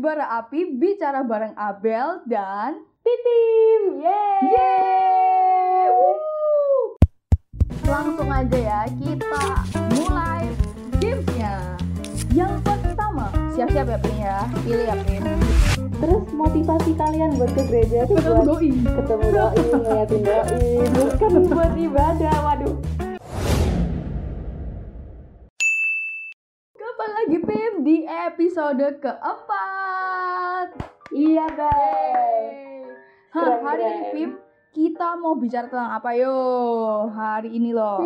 bara api, bicara bareng Abel dan Pipim, yeay! Langsung aja ya, kita mulai gamesnya. Yang pertama, siap-siap ya Pin ya, pilih ya Pin. Terus motivasi kalian buat ke gereja itu Ketemu buat doi. ketemu doi, ngeliatin doi, bukan buat ibadah. Waduh. Kapan lagi Pim? Di episode keempat. Iya guys. Keren, Hari ini keren. Pim, kita mau bicara tentang apa yo? Hari ini loh.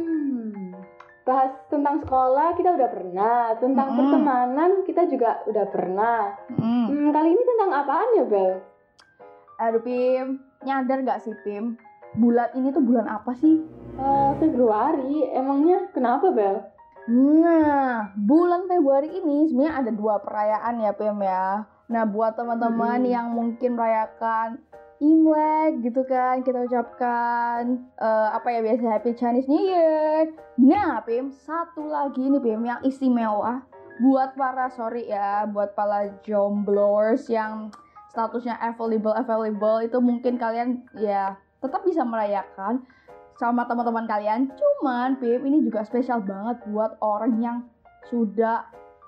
Bahas tentang sekolah kita udah pernah, tentang pertemanan kita juga udah pernah. Kali ini tentang apaan ya Bel? Aduh Pim, nyadar gak sih Pim? Bulan ini tuh bulan apa sih? Februari. Emangnya kenapa Bel? Nah, bulan Februari ini sebenarnya ada 2 perayaan ya Pim ya. Nah, buat teman-teman yang mungkin merayakan Imlek gitu kan, kita ucapkan biasa Happy Chinese New Year. Nah Pim, satu lagi nih Pim yang istimewa buat para buat para jomblers yang statusnya available itu mungkin kalian ya tetap bisa merayakan sama teman-teman kalian. Cuman Pim, ini juga spesial banget buat orang yang sudah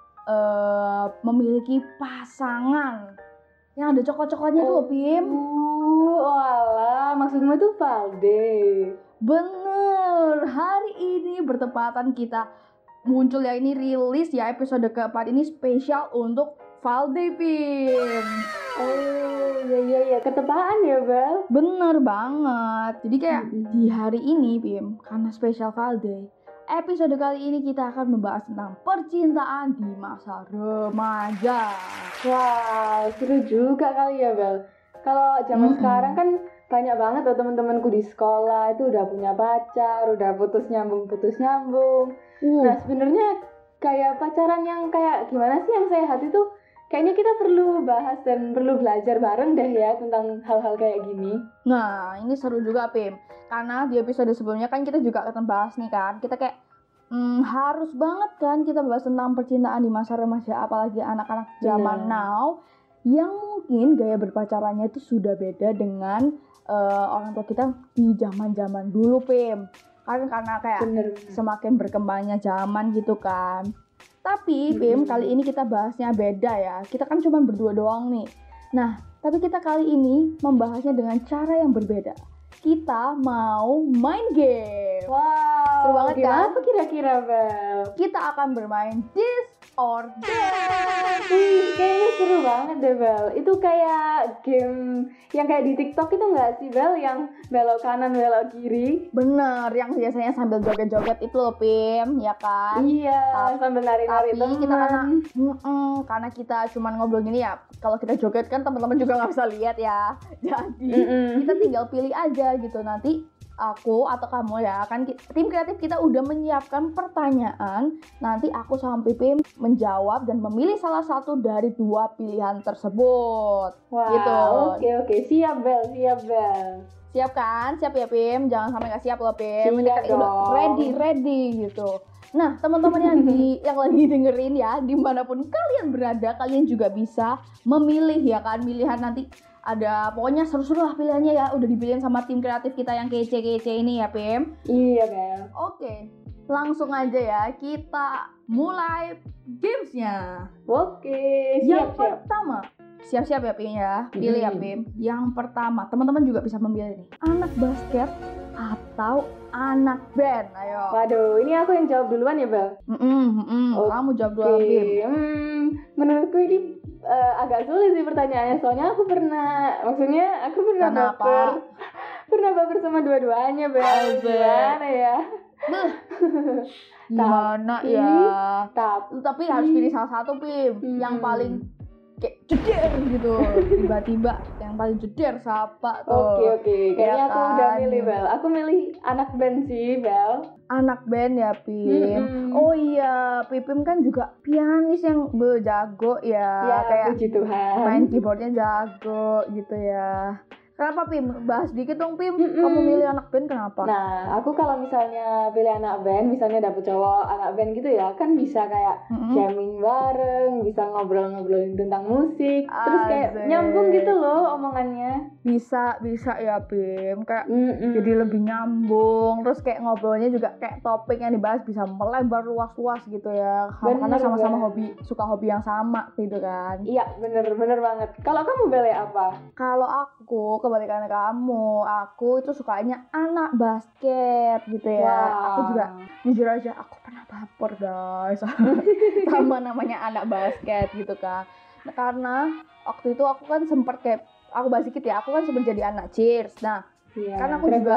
memiliki pasangan yang ada coklat-coklatnya tuh Pim. Walah, maksudmu itu Valde. Bener, hari ini bertepatan kita muncul ya, ini rilis ya episode keempat ini spesial untuk Valde Pim. Oh iya, ketepaan ya Bel. Bener banget. Jadi kayak di hari ini Pim, karena spesial Valde, episode kali ini kita akan membahas tentang percintaan di masa remaja. Wah, seru juga kali ya Bel. Kalau zaman sekarang kan banyak banget loh teman-temanku di sekolah itu udah punya pacar, udah putus nyambung. Nah sebenarnya kayak pacaran yang kayak gimana sih yang sehat itu kayaknya kita perlu bahas dan perlu belajar bareng deh ya tentang hal-hal kayak gini. Nah ini seru juga Pim, karena di episode sebelumnya kan kita juga akan bahas nih kan, kita kayak harus banget kan kita bahas tentang percintaan di masa remaja, apalagi anak-anak zaman now yang mungkin gaya berpacarannya itu sudah beda dengan orang tua kita di zaman-zaman dulu Pim. Karena kayak semakin berkembangnya zaman gitu kan. Tapi Pim, kali ini kita bahasnya beda ya. Kita kan cuma berdua doang nih. Nah, tapi kita kali ini membahasnya dengan cara yang berbeda. Kita mau main game. Wow, seru banget kan? Apa kira-kira Bel? Kita akan bermain This or That. Kayaknya seru banget deh Bel. Itu kayak game yang kayak di TikTok itu nggak sih Bel? Yang belok kanan belok kiri. Bener, yang biasanya sambil joget-joget itu loh Pim, ya kan? Iya, sambil nari-nari tapi kita karena kita cuma ngobrol gini ya, kalau kita joget kan teman-teman juga nggak bisa lihat ya. Jadi kita tinggal pilih aja gitu. Nanti aku atau kamu ya kan, tim kreatif kita udah menyiapkan pertanyaan. Nanti aku sama Pipim menjawab dan memilih salah satu dari 2 pilihan tersebut. Wah, gitu. Oke, siap Bel. Siap kan? Siap ya Pim? Jangan sampai nggak siap loh Pim. Ini kan dong. udah ready gitu. Nah teman-teman yang lagi dengerin ya, dimanapun kalian berada, kalian juga bisa memilih ya kan, pilihan nanti ada pokoknya seru-seru lah pilihannya ya, udah dipilihin sama tim kreatif kita yang kece-kece ini ya Pim. Iya Bel. Oke, langsung aja ya kita mulai gamesnya. Oke, Yang siap. pertama, siap-siap ya Pim ya, pilih ya Pim. Yang pertama, teman-teman juga bisa memilih nih, anak basket atau anak band. Ayo. Waduh, ini aku yang jawab duluan ya Bel. Kamu jawab duluan Pim. Menurutku ini agak sulit sih pertanyaannya, soalnya aku pernah Kenapa? baper sama dua-duanya Bel. Gimana ya? Gimana ya? Tapi harus pilih salah satu Pim, yang paling kayak jeder gitu. Tiba-tiba yang paling jeder siapa tuh? Oke. Kayaknya aku udah milih Bel. Aku milih anak band sih Bel. Anak band ya Pim. Oh iya, Pipim kan juga pianis yang jago ya. Ya, kayak puji Tuhan. main keyboardnya jago gitu ya. Kenapa Pim? Bahas dikit dong Pim. Kamu milih anak band kenapa? Nah, aku kalau misalnya pilih anak band, misalnya dapet cowok anak band gitu ya, kan bisa kayak jamming bareng, bisa ngobrol-ngobrolin tentang musik, terus kayak nyambung gitu loh omongannya. Bisa ya Pim, kayak jadi lebih nyambung, terus kayak ngobrolnya juga kayak topik yang dibahas bisa melebar luas-luas gitu ya, karena sama-sama suka hobi yang sama gitu kan. Iya, bener banget. Kalau kamu pilih apa? Kalau aku kebalikannya kamu, aku itu sukanya anak basket gitu ya. Wow. Aku juga jujur aja aku pernah baper guys sama namanya anak basket gitu kan. Nah, karena waktu itu aku kan sempet kayak, aku bahas dikit ya, aku kan sempet jadi anak cheers. Nah karena aku juga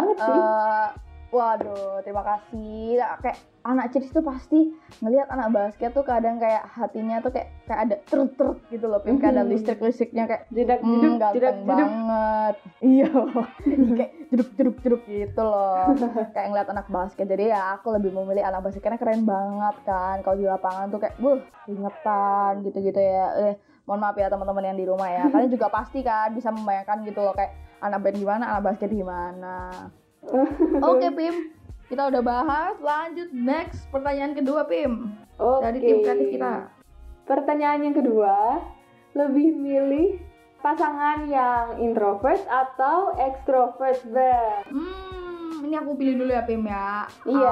waduh terima kasih, kayak anak cheers itu pasti ngelihat anak basket tuh kadang kayak hatinya tuh kayak ada trut gitu loh, kayak ada listriknya kayak ganteng banget. Iya kayak jeduk gitu loh kayak ngeliat anak basket. Jadi ya aku lebih memilih anak basket karena keren banget kan kalau di lapangan tuh kayak keringetan gitu ya. Mohon maaf ya teman-teman yang di rumah ya, kalian juga pasti kan bisa membayangkan gitu loh kayak anak band gimana, anak basket gimana. Oke Pim, kita udah bahas, lanjut next pertanyaan kedua Pim. Dari tim kreatif kita. Pertanyaan yang kedua, lebih milih pasangan yang introvert atau extrovert, Bel? Ini aku pilih dulu ya Pim ya. Iya.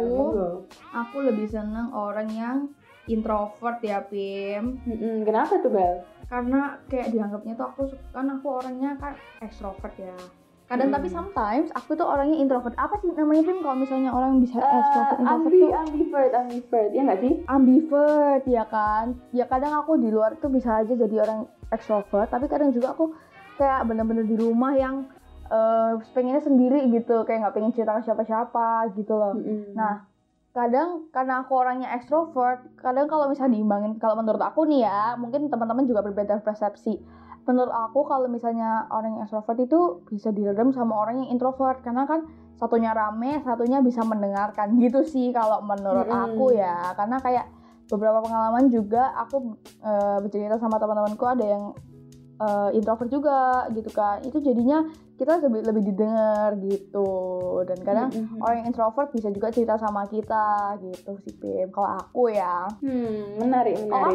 Aku lebih seneng orang yang introvert ya Pim. Kenapa tuh Bel? Karena kayak dianggapnya tuh aku orangnya kan extrovert ya. Kadang tapi sometimes aku tuh orangnya introvert. Apa sih namanya Pim kalau misalnya orang bisa extrovert tuh? Ambivert ya nggak sih? Ambivert ya kan. Ya kadang aku di luar tuh bisa aja jadi orang extrovert, tapi kadang juga aku kayak bener-bener di rumah yang pengennya sendiri gitu, kayak nggak pengen cerita ke siapa-siapa gitu loh. Nah kadang karena aku orangnya extrovert, kadang kalau misalnya diimbangin, kalau menurut aku nih ya, mungkin teman-teman juga berbeda persepsi. Menurut aku kalau misalnya orang yang extrovert itu bisa diredam sama orang yang introvert, karena kan satunya rame, satunya bisa mendengarkan gitu sih kalau menurut aku ya. Karena kayak beberapa pengalaman juga aku bercerita sama teman-temanku ada yang introvert juga gitu kan. Itu jadinya kita lebih didengar gitu. Dan kadang orang yang introvert bisa juga cerita sama kita gitu sih Pim. Kalau aku ya. Menarik.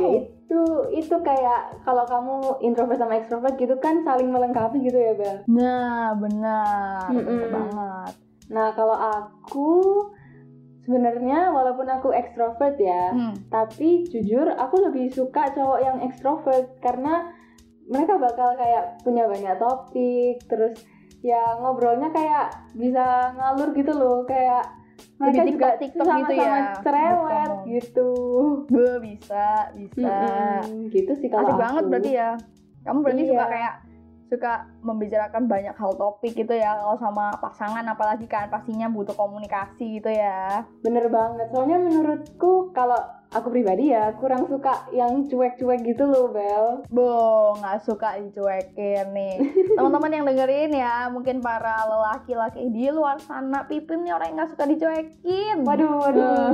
Itu kayak kalau kamu introvert sama extrovert gitu kan saling melengkapi gitu ya Bel. Nah benar banget. Nah kalau aku sebenarnya walaupun aku ekstrovert ya, tapi jujur aku lebih suka cowok yang ekstrovert karena mereka bakal kayak punya banyak topik, terus ya ngobrolnya kayak bisa ngalur gitu loh, kayak mereka juga sama-sama gitu ya, cerewet gitu. Bisa. Gitu sih kalau asik aku. Banget berarti ya. Kamu berarti suka membicarakan banyak hal topik gitu ya kalau sama pasangan, apalagi kan pastinya butuh komunikasi gitu ya. Bener banget, soalnya menurutku kalau aku pribadi ya kurang suka yang cuek-cuek gitu loh Bel. Nggak suka dicuekin nih teman-teman yang dengerin ya, mungkin para lelaki-laki di luar sana, Pipim nih orang yang nggak suka dicuekin. Waduh.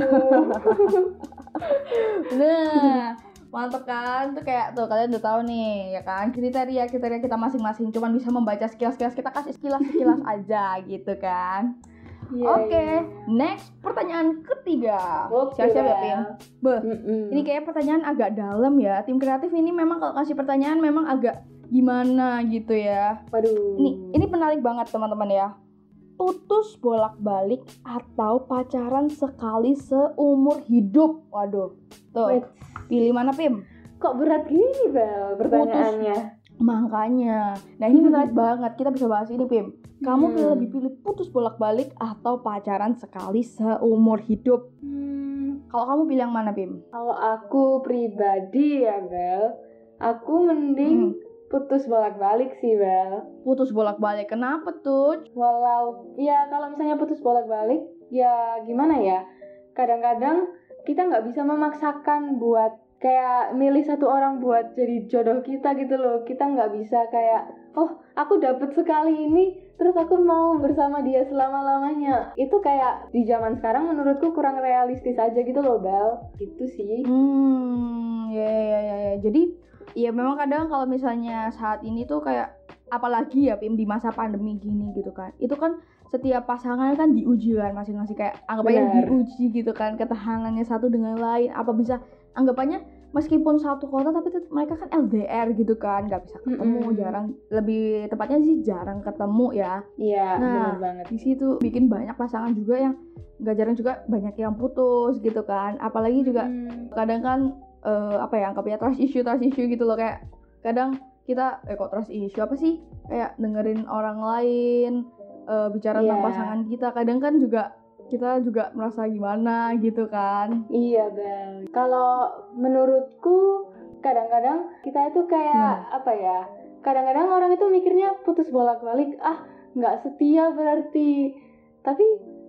Nah mantep kan, tuh kayak tuh kalian udah tahu nih ya kan kriteria kita masing-masing, cuman bisa membaca sekilas kita kasih sekilas aja gitu kan. Oke. Next pertanyaan ketiga. Siap-siap ya Pim. Ini kayak pertanyaan agak dalam ya. Tim kreatif ini memang kalau kasih pertanyaan memang agak gimana gitu ya. Waduh. Ini menarik banget teman-teman ya. Putus bolak-balik atau pacaran sekali seumur hidup? Waduh. Tuh. Pilih mana Pim? Kok berat gini Bel pertanyaannya? Makanya. Nah ini menarik banget. Kita bisa bahas ini Pim. Kamu lebih pilih putus bolak-balik atau pacaran sekali seumur hidup? Kalau kamu pilih yang mana Pim? Kalau aku pribadi ya Bel, aku mending putus bolak-balik sih Bel. Putus bolak-balik, kenapa tuh? Kalau misalnya putus bolak-balik, ya gimana ya? Kadang-kadang kita nggak bisa memaksakan buat kayak milih satu orang buat jadi jodoh kita gitu loh. Kita nggak bisa kayak, aku dapet sekali ini, terus aku mau bersama dia selama-lamanya. Itu kayak di zaman sekarang menurutku kurang realistis aja gitu loh Bel. Gitu sih. Ya. Jadi ya memang kadang kalau misalnya saat ini tuh kayak apalagi ya Pim di masa pandemi gini gitu kan. Itu kan setiap pasangan kan diuji kan masing-masing, kayak anggapannya Benar. diuji gitu kan ketahanannya satu dengan lain, apa bisa anggapannya meskipun satu kota tapi mereka kan LDR gitu kan, nggak bisa ketemu, jarang, lebih tepatnya sih jarang ketemu ya. Iya, Nah, benar banget. di situ bikin banyak pasangan juga yang nggak jarang juga banyak yang putus gitu kan. Apalagi juga kadang kan anggapnya trust issue gitu loh, kayak kadang kita kok trust issue apa sih, kayak dengerin orang lain bicara tentang pasangan kita, kadang kan juga kita juga merasa gimana gitu kan. Iya Bel, kalau menurutku kadang-kadang kita itu kayak apa ya, kadang-kadang orang itu mikirnya putus bolak-balik, nggak setia berarti. Tapi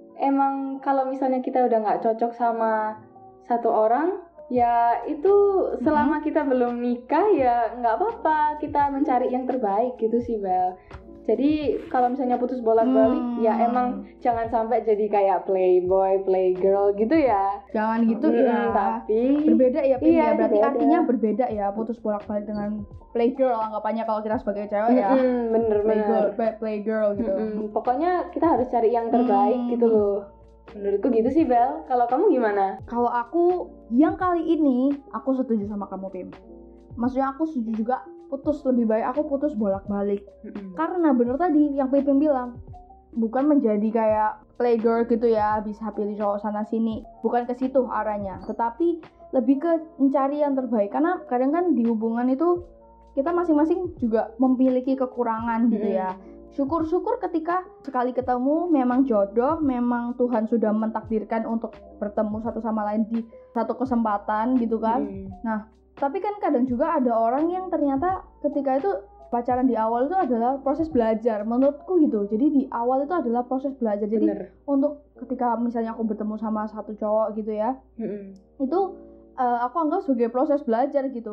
emang kalau misalnya kita udah nggak cocok sama satu orang, ya itu selama kita belum nikah ya nggak apa-apa, kita mencari yang terbaik gitu sih Bel. Jadi kalau misalnya putus bolak-balik ya emang jangan sampai jadi kayak playboy, playgirl gitu ya. Jangan gitu ya. Tapi berbeda ya Pim, ya berarti berbeda. artinya berbeda ya putus bolak-balik dengan playgirl anggapannya kalau kita sebagai cewek ya. Bener. Playgirl gitu. Pokoknya kita harus cari yang terbaik gitu loh. Menurutku gitu sih Bel. Kalau kamu gimana? Kalau aku yang kali ini aku setuju sama kamu Pim. Maksudnya aku setuju juga putus, lebih baik aku putus bolak-balik. Karena bener tadi yang Pim bilang, bukan menjadi kayak playgirl gitu ya, bisa pilih cowok sana sini, bukan ke situ arahnya, tetapi lebih ke mencari yang terbaik. Karena kadang kan di hubungan itu kita masing-masing juga memiliki kekurangan gitu ya. Syukur-syukur ketika sekali ketemu memang jodoh, memang Tuhan sudah mentakdirkan untuk bertemu satu sama lain di satu kesempatan gitu kan. Nah, tapi kan kadang juga ada orang yang ternyata ketika itu pacaran di awal itu adalah proses belajar, menurutku gitu. Jadi di awal itu adalah proses belajar. Jadi untuk ketika misalnya aku bertemu sama satu cowok gitu ya, itu aku anggap sebagai proses belajar gitu,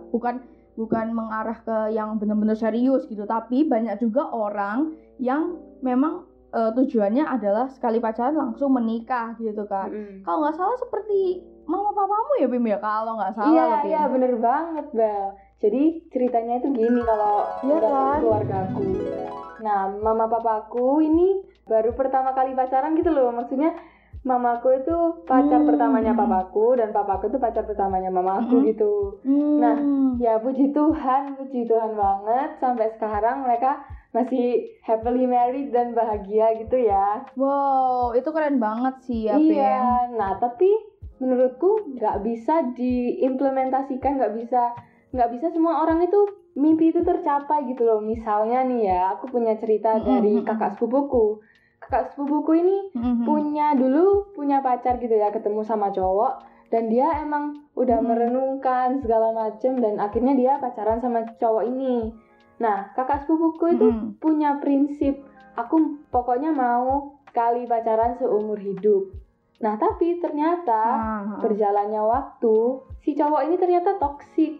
bukan mengarah ke yang benar-benar serius gitu. Tapi banyak juga orang yang memang tujuannya adalah sekali pacaran langsung menikah gitu kan. Kalau nggak salah seperti mama papamu ya Bim ya, kalau nggak salah. Iya bener banget Bel. Jadi ceritanya itu gini kalau keluargaku. Nah mama papaku ini baru pertama kali pacaran gitu loh. Maksudnya mamaku itu pacar pertamanya papaku dan papaku itu pacar pertamanya mamaku gitu. Nah ya puji Tuhan banget sampai sekarang mereka masih happily married dan bahagia gitu ya. Wow, itu keren banget sih ya Pim. Iya, nah tapi menurutku nggak bisa diimplementasikan, nggak bisa semua orang itu mimpi itu tercapai gitu loh. Misalnya nih ya, aku punya cerita dari kakak sepupuku. Kakak sepupuku ini dulu punya pacar gitu ya, ketemu sama cowok dan dia emang udah merenungkan segala macem dan akhirnya dia pacaran sama cowok ini. Nah, kakak sepupuku itu punya prinsip, aku pokoknya mau sekali pacaran seumur hidup. Nah tapi ternyata berjalannya waktu si cowok ini ternyata toksik.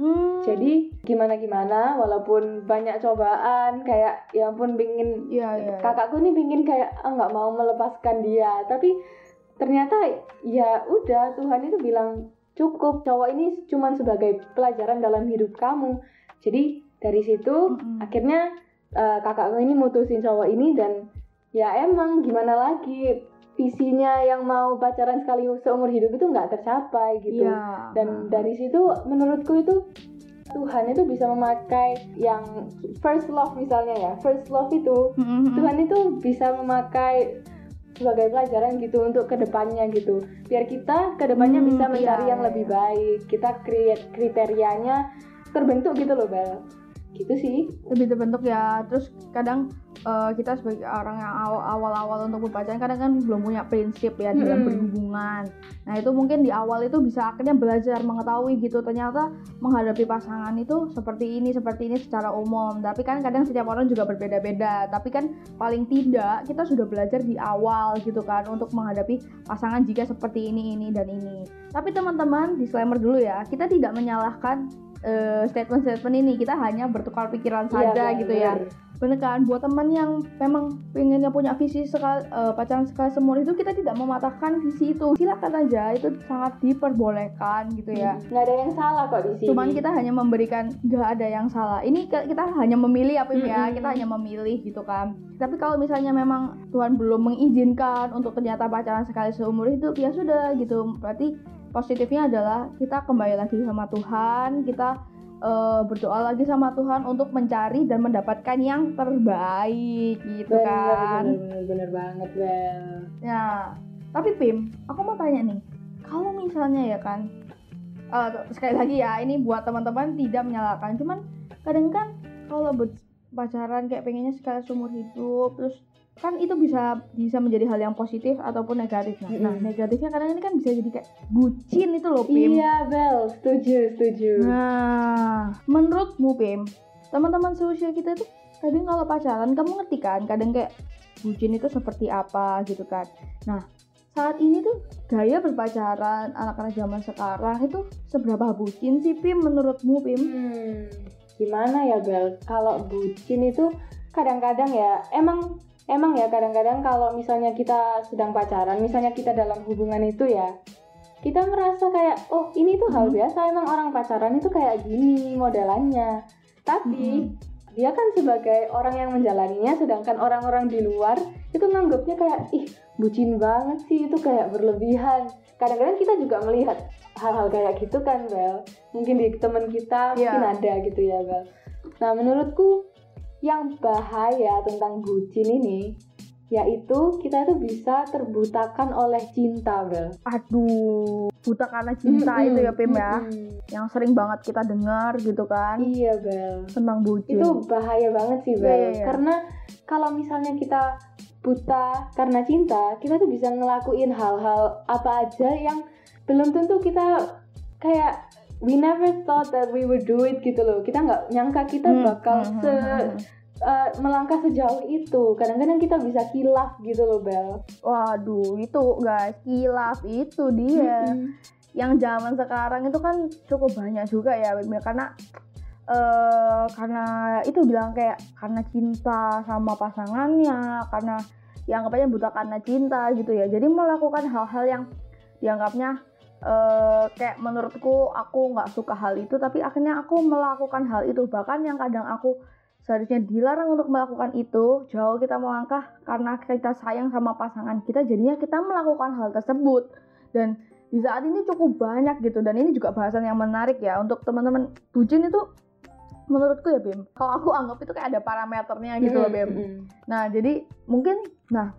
Jadi gimana walaupun banyak cobaan, kayak ya ampun pingin kakakku nih pingin kayak nggak mau melepaskan dia, tapi ternyata ya udah Tuhan itu bilang cukup, cowok ini cuma sebagai pelajaran dalam hidup kamu. Jadi dari situ akhirnya kakakku ini mutusin cowok ini dan ya emang gimana lagi, visinya yang mau pacaran sekali seumur hidup itu nggak tercapai gitu. Dan dari situ menurutku itu Tuhan itu bisa memakai yang first love misalnya ya, first love itu Tuhan itu bisa memakai sebagai pelajaran gitu untuk kedepannya gitu, biar kita kedepannya bisa mencari yang lebih baik, kita kriterianya terbentuk gitu loh Bel, gitu sih, lebih terbentuk ya. Terus kadang kita sebagai orang yang awal-awal untuk berpacaran kadang kan belum punya prinsip ya dalam berhubungan. Nah itu mungkin di awal itu bisa akhirnya belajar mengetahui gitu, ternyata menghadapi pasangan itu seperti ini secara umum. Tapi kan kadang setiap orang juga berbeda-beda. Tapi kan paling tidak kita sudah belajar di awal gitu kan untuk menghadapi pasangan jika seperti ini dan ini. Tapi teman-teman, disclaimer dulu ya, kita tidak menyalahkan statement-statement ini, kita hanya bertukar pikiran saja gitu ya. bener kan, buat teman yang memang pengennya punya visi pacaran sekali seumur hidup, kita tidak mematahkan visi itu, silakan aja, itu sangat diperbolehkan gitu ya. Nggak ada yang salah kok di sini. Cuman kita hanya memberikan, nggak ada yang salah. Ini kita hanya memilih apa ya, kita hanya memilih gitu kan. Tapi kalau misalnya memang Tuhan belum mengizinkan untuk ternyata pacaran sekali seumur hidup, ya sudah gitu. Berarti positifnya adalah kita kembali lagi sama Tuhan, kita berdoa lagi sama Tuhan untuk mencari dan mendapatkan yang terbaik gitu kan. Bener banget Bel. Ya, tapi Pim, aku mau tanya nih, kalau misalnya ya kan, sekali lagi ya, ini buat teman-teman tidak menyalahkan, cuman kadang kan kalau pacaran kayak pengennya sekali seumur hidup, terus kan itu bisa menjadi hal yang positif ataupun negatif. Nah, negatifnya kadang ini kan bisa jadi kayak bucin itu loh, Pim. Iya, Bel, setuju. Nah, menurutmu, Pim, teman-teman seusia kita itu kadang kalau pacaran, kamu ngerti kan, kadang kayak bucin itu seperti apa gitu kan. Nah, saat ini tuh gaya berpacaran anak-anak zaman sekarang itu seberapa bucin sih, Pim, menurutmu, Pim? Gimana ya, Bel? Kalau bucin itu kadang-kadang ya Emang ya kadang-kadang kalau misalnya kita sedang pacaran, misalnya kita dalam hubungan itu ya, kita merasa kayak, oh ini tuh hal biasa, emang orang pacaran itu kayak gini modelannya. Tapi dia kan sebagai orang yang menjalaninya, sedangkan orang-orang di luar itu nganggapnya kayak, ih bucin banget sih, itu kayak berlebihan. Kadang-kadang kita juga melihat hal-hal kayak gitu kan, Bel. Mungkin di teman kita mungkin ada gitu ya, Bel. Nah menurutku yang bahaya tentang bucin ini yaitu kita itu bisa terbutakan oleh cinta, Bel. Aduh, buta karena cinta itu ya, Pim ya. Yang sering banget kita dengar gitu kan. Iya, Bel. Tentang bucin. Itu bahaya banget sih, Bel. Karena kalau misalnya kita buta karena cinta, kita tuh bisa ngelakuin hal-hal apa aja yang belum tentu kita kayak we never thought that we would do it gitu loh. Kita nggak nyangka kita bakal melangkah sejauh itu. Kadang-kadang kita bisa kilaf gitu loh, Bel. Waduh, itu guys, kilaf itu dia. Yang zaman sekarang itu kan cukup banyak juga ya, karena itu bilang kayak karena cinta sama pasangannya, karena yang anggapnya buta karena cinta gitu ya. Jadi melakukan hal-hal yang dianggapnya kayak menurutku aku nggak suka hal itu, tapi akhirnya aku melakukan hal itu. Bahkan yang kadang aku seharusnya dilarang untuk melakukan itu, jauh kita melangkah karena kita sayang sama pasangan kita, jadinya kita melakukan hal tersebut. Dan di saat ini cukup banyak gitu, dan ini juga bahasan yang menarik ya untuk teman-teman. Bucin itu menurutku ya, Bim, kalau aku anggap itu kayak ada parameternya gitu loh, Bim. Nah, jadi mungkin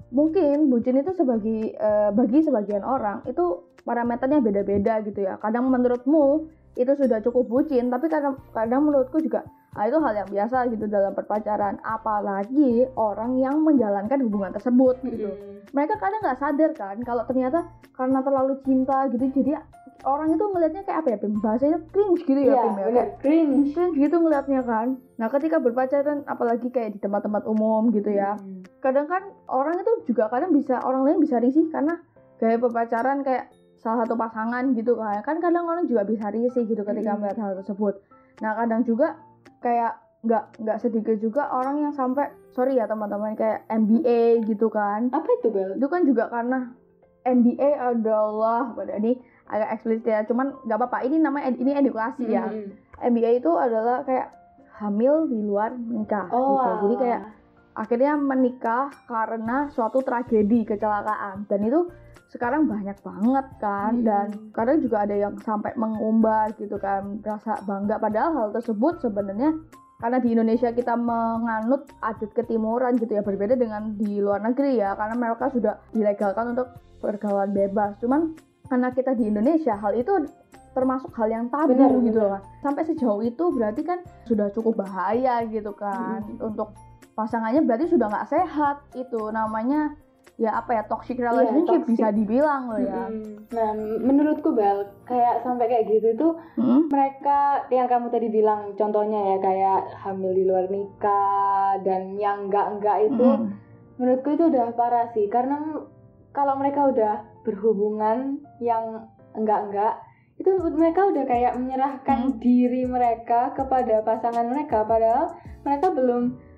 bucin itu bagi sebagian orang itu parameternya beda-beda gitu ya. Kadang menurutmu itu sudah cukup bucin, tapi kadang menurutku juga itu hal yang biasa gitu dalam perpacaran, apalagi orang yang menjalankan hubungan tersebut gitu. Mereka kadang nggak sadar kan kalau ternyata karena terlalu cinta gitu, jadi orang itu ngelihatnya kayak apa ya, Pim? Bahasanya cringe gitu ya, Pim ya. Bener, cringe gitu ngelihatnya kan. Nah, ketika berpacaran apalagi kayak di tempat-tempat umum gitu ya. Kadang kan orang itu juga orang lain bisa risih karena gaya berpacaran kayak salah satu pasangan gitu kan. Kan kadang orang juga bisa risih gitu ketika melihat hal tersebut. Nah, kadang juga kayak nggak sedikit juga orang yang sampai, sorry ya teman-teman, kayak MBA gitu kan. Apa itu, Bel? Itu kan juga karena MBA adalah, ini agak eksplisit ya, cuman nggak apa-apa, ini namanya edukasi ya. MBA itu adalah kayak hamil di luar nikah gitu. Jadi kayak akhirnya menikah karena suatu tragedi, kecelakaan, dan itu sekarang banyak banget kan. Dan kadang juga ada yang sampai mengumbar gitu kan, rasa bangga, padahal hal tersebut sebenarnya karena di Indonesia kita menganut adat ketimuran gitu ya, berbeda dengan di luar negeri ya, karena mereka sudah dilegalkan untuk pergaulan bebas. Cuman karena kita di Indonesia, hal itu termasuk hal yang tabu gitu kan. Sampai sejauh itu berarti kan sudah cukup bahaya gitu kan. Untuk pasangannya berarti sudah nggak sehat, itu namanya ya apa ya, toxic relationship, toxic. Bisa dibilang loh ya. Nah, menurutku Bel, kayak sampai kayak gitu tuh mereka yang kamu tadi bilang contohnya ya, kayak hamil di luar nikah dan yang enggak itu menurutku itu udah parah sih. Karena kalau mereka udah berhubungan yang enggak itu mereka udah kayak menyerahkan diri mereka kepada pasangan mereka, padahal mereka belum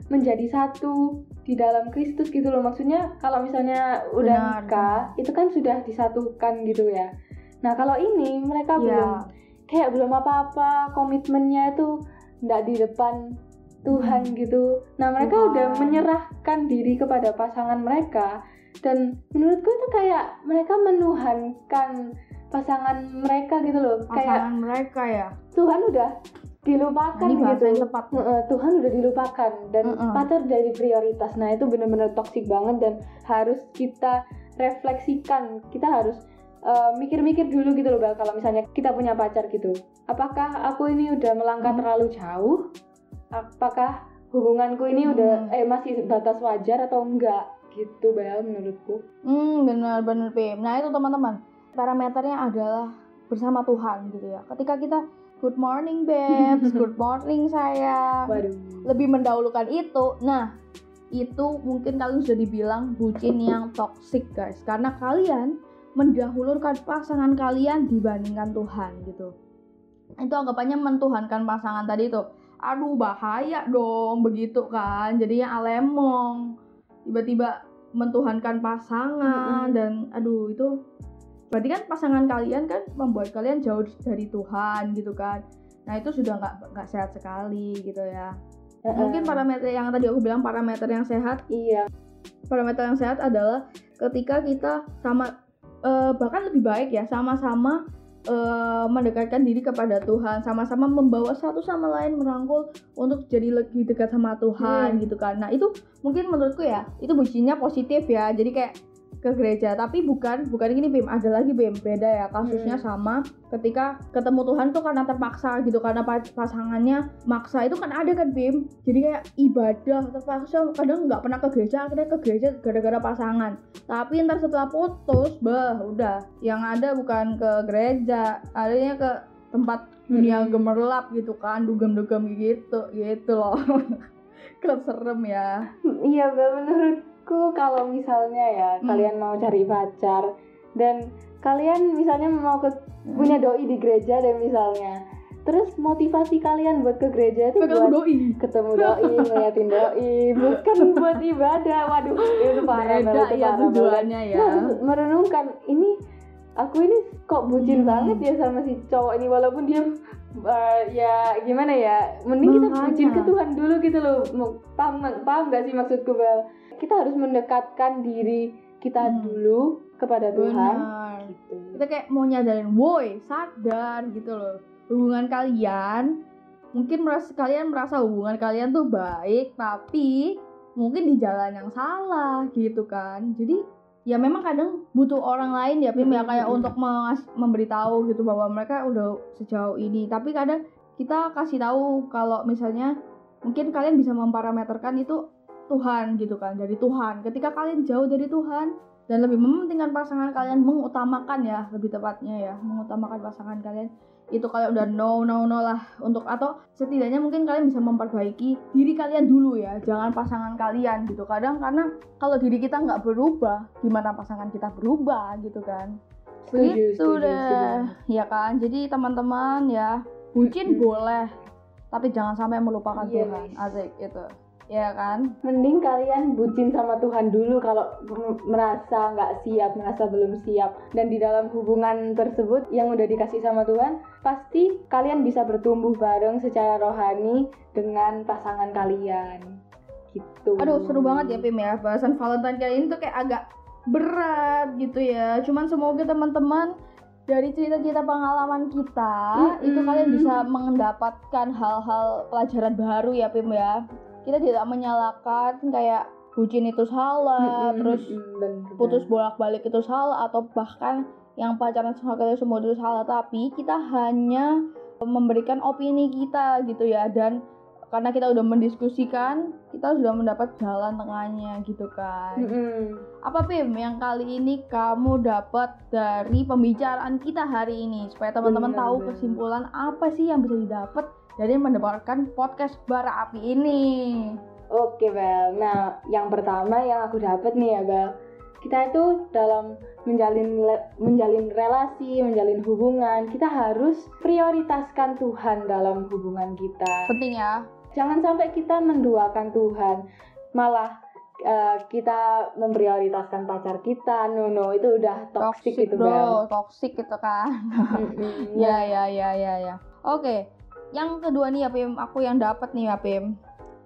menjadi satu di dalam Kristus gitu loh. Maksudnya kalau misalnya udah nikah itu kan sudah disatukan gitu ya. Nah kalau ini mereka belum apa-apa, komitmennya itu nggak di depan Tuhan gitu. Nah mereka udah menyerahkan diri kepada pasangan mereka, dan menurutku itu kayak mereka menuhankan pasangan mereka gitu loh. Pasangan mereka ya. Tuhan udah dilupakan gitu. Tuhan udah dilupakan dan pacar jadi prioritas. Nah itu benar-benar toksik banget dan harus kita refleksikan. Kita harus mikir-mikir dulu gitu loh Bel, kalau misalnya kita punya pacar gitu. Apakah aku ini udah melangkah terlalu jauh? Apakah hubunganku ini udah masih batas wajar atau enggak gitu Bel menurutku. Benar-benar Pim. Nah itu teman-teman, parameternya adalah bersama Tuhan gitu ya. Ketika kita good morning babes, good morning sayang, lebih mendahulukan itu. Nah itu mungkin kalian sudah dibilang bucin yang toxic guys, karena kalian mendahulukan pasangan kalian dibandingkan Tuhan gitu. Itu anggapannya mentuhankan pasangan tadi itu. Aduh bahaya dong begitu kan. Jadinya alemong. Tiba-tiba mentuhankan pasangan dan aduh itu berarti kan pasangan kalian kan membuat kalian jauh dari Tuhan gitu kan. Nah itu sudah nggak sehat sekali gitu ya. Mungkin parameter yang tadi aku bilang parameter yang sehat. Iya. Parameter yang sehat adalah ketika kita bahkan lebih baik ya sama-sama mendekatkan diri kepada Tuhan, sama-sama membawa satu sama lain merangkul untuk jadi lebih dekat sama Tuhan gitu kan. Nah itu mungkin menurutku ya itu bucinnya positif ya, jadi kayak ke gereja, tapi bukan gini Bim, ada lagi Bim, beda ya kasusnya sama ketika ketemu Tuhan tuh karena terpaksa gitu, karena pasangannya maksa, itu kan ada kan Bim, jadi kayak ibadah terpaksa, kadang nggak pernah ke gereja, akhirnya ke gereja gara-gara pasangan, tapi ntar setelah putus, udah, yang ada bukan ke gereja, adanya ke tempat dunia gemerlap gitu kan, dugem-dugem gitu loh. Kan serem ya. Iya menurut kalau misalnya ya kalian mau cari pacar dan kalian misalnya mau punya doi di gereja dan misalnya terus motivasi kalian buat ke gereja itu buat ketemu doi, ngeliatin doi, bukan buat ibadah. Waduh itu parah banget ya tujuannya ya. Merenungkan ini aku ini kok bucin banget ya sama si cowok ini, walaupun dia ya gimana ya, mending kita bucin ke Tuhan dulu gitu loh. Paham gak sih maksudku Bel? Kita harus mendekatkan diri kita dulu kepada Tuhan gitu. Kita kayak mau nyadarin, woi sadar gitu loh, hubungan kalian mungkin kalian merasa hubungan kalian tuh baik, tapi mungkin di jalan yang salah gitu kan. Jadi ya memang kadang butuh orang lain ya Pim ya, kayak untuk memberitahu gitu bahwa mereka udah sejauh ini, tapi kadang kita kasih tahu kalau misalnya mungkin kalian bisa memparameterkan itu Tuhan gitu kan, dari Tuhan. Ketika kalian jauh dari Tuhan dan lebih mementingkan pasangan kalian, mengutamakan ya, lebih tepatnya ya, mengutamakan pasangan kalian, itu kalian udah no lah untuk, atau setidaknya mungkin kalian bisa memperbaiki diri kalian dulu ya, jangan pasangan kalian gitu. Kadang karena kalau diri kita nggak berubah, gimana pasangan kita berubah gitu kan. Begitu deh ya kan. Jadi teman-teman ya, bucin boleh, tapi jangan sampai melupakan Tuhan. Asik itu. Ya kan, mending kalian bucin sama Tuhan dulu kalau merasa nggak siap, merasa belum siap, dan di dalam hubungan tersebut yang udah dikasih sama Tuhan, pasti kalian bisa bertumbuh bareng secara rohani dengan pasangan kalian gitu. Aduh seru banget ya Pim ya, bahasan Valentine kali ini tuh kayak agak berat gitu ya, cuman semoga teman-teman dari cerita-cerita pengalaman kita itu kalian bisa mendapatkan hal-hal pelajaran baru ya Pim ya. Kita tidak menyalahkan kayak bucin itu salah, terus putus bolak-balik itu salah, atau bahkan yang pacaran sama kalian semua itu salah, tapi kita hanya memberikan opini kita gitu ya, dan karena kita udah mendiskusikan, kita sudah mendapat jalan tengahnya gitu kan. Apa Pim yang kali ini kamu dapat dari pembicaraan kita hari ini, supaya teman-teman tahu kesimpulan apa sih yang bisa didapat dari mendapatkan podcast Bara Api ini? Oke Bel, nah yang pertama yang aku dapat nih ya Bel, kita itu dalam menjalin relasi, menjalin hubungan, kita harus prioritaskan Tuhan dalam hubungan kita. Penting ya. Jangan sampai kita menduakan Tuhan, malah kita memprioritaskan pacar kita. No, itu udah toxic itu, bro, toxic gitu kan. Ya. Oke, yang kedua nih ya Pim, aku yang dapat nih ya Pim,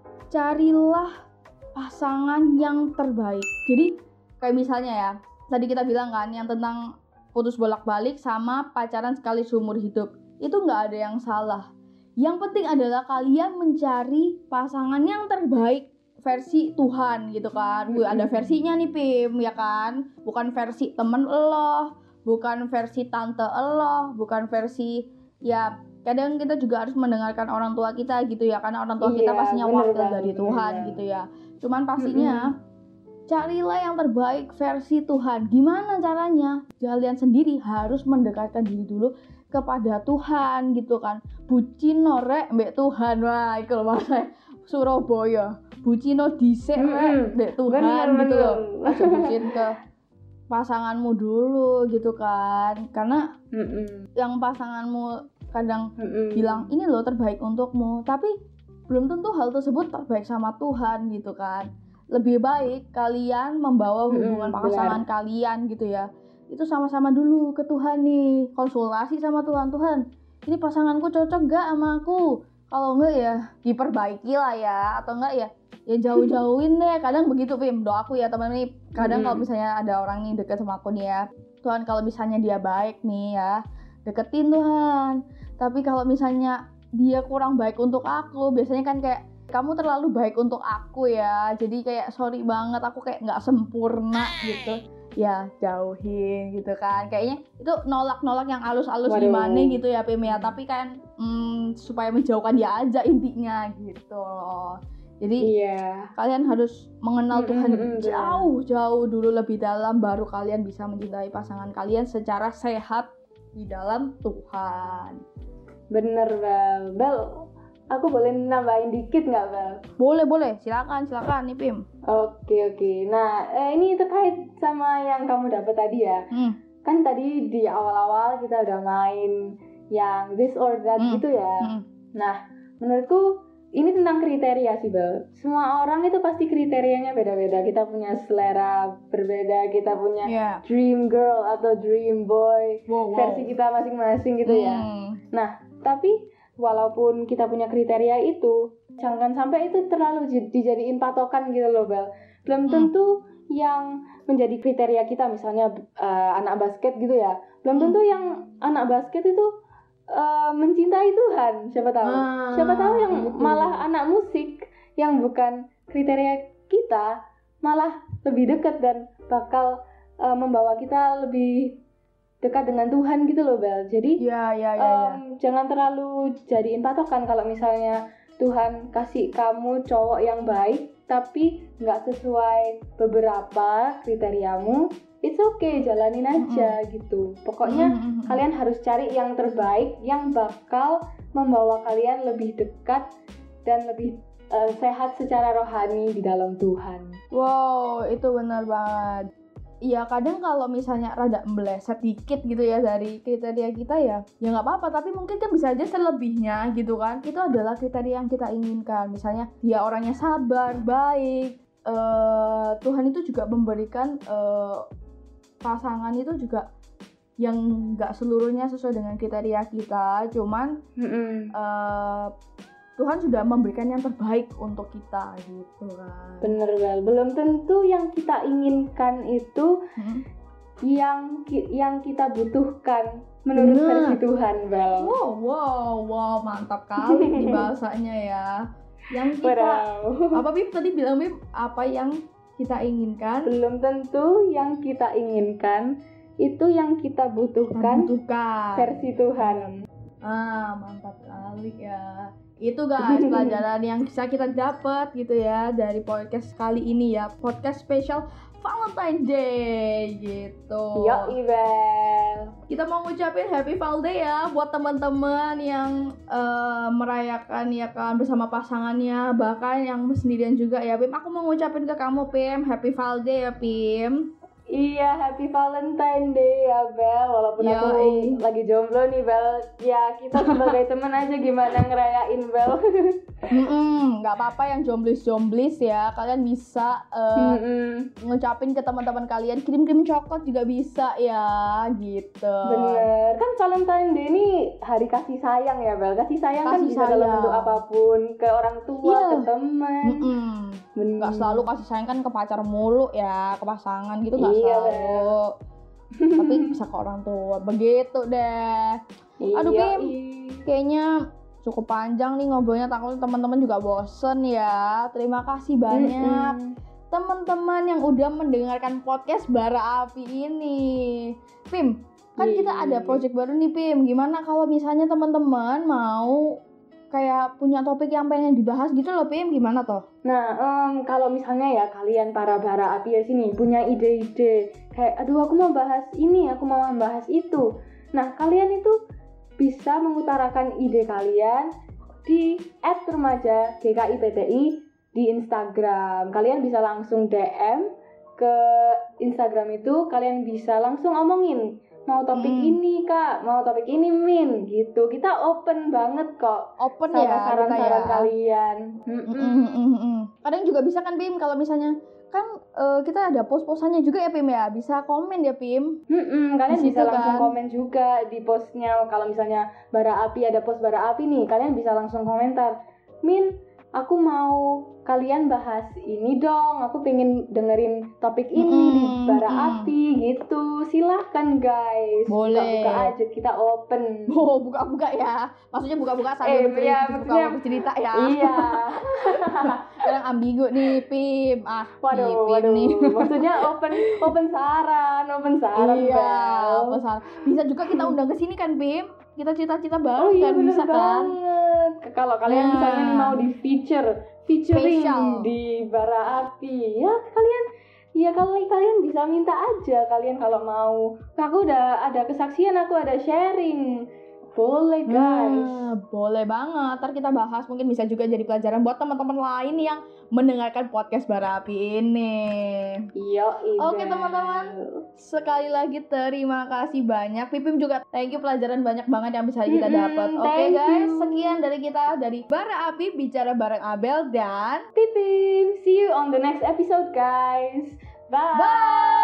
carilah pasangan yang terbaik. Jadi kayak misalnya ya, tadi kita bilang kan yang tentang putus bolak-balik sama pacaran sekali seumur hidup, itu nggak ada yang salah. Yang penting adalah kalian mencari pasangan yang terbaik versi Tuhan gitu kan. Ada versinya nih Pim, ya kan? Bukan versi temen lo, bukan versi tante lo, bukan versi, ya kadang kita juga harus mendengarkan orang tua kita gitu ya, karena orang tua kita pastinya wakil dari Tuhan gitu ya. Cuman pastinya carilah yang terbaik versi Tuhan. Gimana caranya? Kalian sendiri harus mendekatkan diri dulu kepada Tuhan gitu kan. Bucin norek mbek Tuhan. Wah, itu loh bahasa Surabaya. Bucino dhisik rek mbek Tuhan gitu loh. Aja bucin ke pasanganmu dulu gitu kan. Karena yang pasanganmu kadang bilang ini loh terbaik untukmu, tapi belum tentu hal tersebut terbaik sama Tuhan gitu kan. Lebih baik kalian membawa hubungan pasangan kalian gitu ya, itu sama-sama dulu ke Tuhan nih, konsultasi sama Tuhan. Tuhan, ini pasanganku cocok gak sama aku? Kalau enggak ya diperbaiki lah ya, atau enggak ya jauh-jauhin deh. Kadang begitu Pim, doaku ya teman nih. Kadang kalau misalnya ada orang nih deket sama aku nih ya, Tuhan kalau misalnya dia baik nih ya, deketin Tuhan. Tapi kalau misalnya dia kurang baik untuk aku, biasanya kan kayak kamu terlalu baik untuk aku ya, jadi kayak sorry banget, aku kayak nggak sempurna gitu ya, jauhin gitu kan. Kayaknya itu nolak yang halus-halus gimana gitu ya Pim ya, tapi kan supaya menjauhkan dia aja intinya gitu loh. Jadi kalian harus mengenal Tuhan jauh-jauh dulu lebih dalam, baru kalian bisa mencintai pasangan kalian secara sehat di dalam Tuhan. Bener Bel, aku boleh nambahin dikit nggak Bel? Boleh, silakan nih Pim. Oke. Nah, ini terkait sama yang kamu dapat tadi ya. Kan tadi di awal-awal kita udah main yang this or that gitu ya. Nah, menurutku ini tentang kriteria sih Bel. Semua orang itu pasti kriterianya beda-beda. Kita punya selera berbeda, kita punya dream girl atau dream boy, versi kita masing-masing gitu ya. Nah, tapi walaupun kita punya kriteria itu, jangan sampai itu terlalu dijadiin patokan gitu loh Bel. Belum tentu yang menjadi kriteria kita, misalnya anak basket gitu ya, belum tentu yang anak basket itu mencintai Tuhan. Siapa tahu yang malah anak musik yang bukan kriteria kita malah lebih dekat dan bakal membawa kita lebih dekat dengan Tuhan gitu loh Bel. Jadi jangan terlalu jadiin patokan. Kalau misalnya Tuhan kasih kamu cowok yang baik tapi nggak sesuai beberapa kriteriamu, it's okay, jalanin aja gitu. Pokoknya kalian harus cari yang terbaik yang bakal membawa kalian lebih dekat dan lebih sehat secara rohani di dalam Tuhan. Wow, itu benar banget. Iya, kadang kalau misalnya rada meleset dikit gitu ya dari kriteria kita ya nggak apa-apa, tapi mungkin kan bisa aja selebihnya gitu kan. Itu adalah kriteria yang kita inginkan. Misalnya dia orangnya sabar, baik. Tuhan itu juga memberikan pasangan itu juga yang nggak seluruhnya sesuai dengan kriteria kita, cuman Tuhan sudah memberikan yang terbaik untuk kita gitu kan. Bener Bel, belum tentu yang kita inginkan itu yang kita butuhkan menurut versi Tuhan Bel. Wow, mantap kali nih bahasanya ya. Yang kita apa Bim tadi bilang Bim, apa yang kita inginkan belum tentu yang kita inginkan itu yang kita butuhkan. Versi Tuhan. Mantap kali ya. Itu guys pelajaran yang bisa kita dapat gitu ya dari podcast kali ini ya, podcast spesial Valentine Day gitu. Yoi Bel. Kita mau ngucapin Happy Val Day ya buat teman-teman yang merayakan ya kan bersama pasangannya, bahkan yang sendirian juga ya Pim. Aku mau ngucapin ke kamu Pim, Happy Val Day ya Pim. Iya, happy Valentine Day ya Bel. Walaupun aku lagi jomblo nih Bel. Ya kita sebagai teman aja gimana ngerayain Bel. Nggak apa-apa yang jomblis ya. Kalian bisa ngucapin ke teman-teman kalian, kirim coklat juga bisa ya, gitu. Bener. Kan Valentine Day ini hari kasih sayang ya Bel. Kasih sayang kan bisa dalam bentuk apapun, ke orang tua, ke teman. Nggak selalu kasih sayang kan ke pacar mulu ya, ke pasangan gitu nggak selalu. Tapi bisa ke orang tua, begitu deh. Aduh Bim, kayaknya cukup panjang nih ngobrolnya, takutnya teman-teman juga bosen ya. Terima kasih banyak teman-teman yang udah mendengarkan podcast Bara Api ini. Pim, kan kita ada project baru nih Pim. Gimana kalau misalnya teman-teman mau kayak punya topik yang pengen dibahas gitu loh Pim, gimana toh? Nah, kalau misalnya ya kalian para Bara Api ya sini punya ide-ide kayak aduh aku mau bahas ini, aku mau bahas itu. Nah, kalian itu bisa mengutarakan ide kalian di @remaja_GKI_PTI di Instagram. Kalian bisa langsung DM ke Instagram itu, kalian bisa langsung omongin mau topik ini Kak, mau topik ini Min, gitu. Kita open banget kok. Open sama ya saran-saran kalian. Kadang juga bisa kan Pim, kalau misalnya kan kita ada post-postannya juga ya Pim ya, bisa komen ya Pim. Kalian bisa langsung komen juga di postnya. Kalau misalnya Bara Api ada post Bara Api nih, kalian bisa langsung komentar, Min, aku mau kalian bahas ini dong, aku pengen dengerin topik ini di Bara Api gitu. Silahkan guys, boleh. Buka aja, kita open. Buka-buka ya, maksudnya buka-buka sambil bercerita ya. Iya. Kadang ambigu nih Pim. Waduh. Nih. Maksudnya open saran iya, open saran. Bisa juga kita undang ke sini kan Pim, kita cita-cita banget. Oh iya, kan bisa banget. Kan kalau kalian misalnya mau di featuring di Bara Api ya, kalian bisa minta aja kalian kalau mau. Aku udah ada kesaksian, aku ada sharing. Boleh guys. Boleh banget. Ntar kita bahas, mungkin bisa juga jadi pelajaran buat teman-teman lain yang mendengarkan podcast Bara Api ini. Iya. Oke teman-teman, sekali lagi terima kasih banyak. Pipim juga thank you, pelajaran banyak banget yang bisa kita dapat. Oke guys, sekian dari kita dari Bara Api bicara bareng Abel dan Pipim. See you on the next episode guys. Bye. Bye.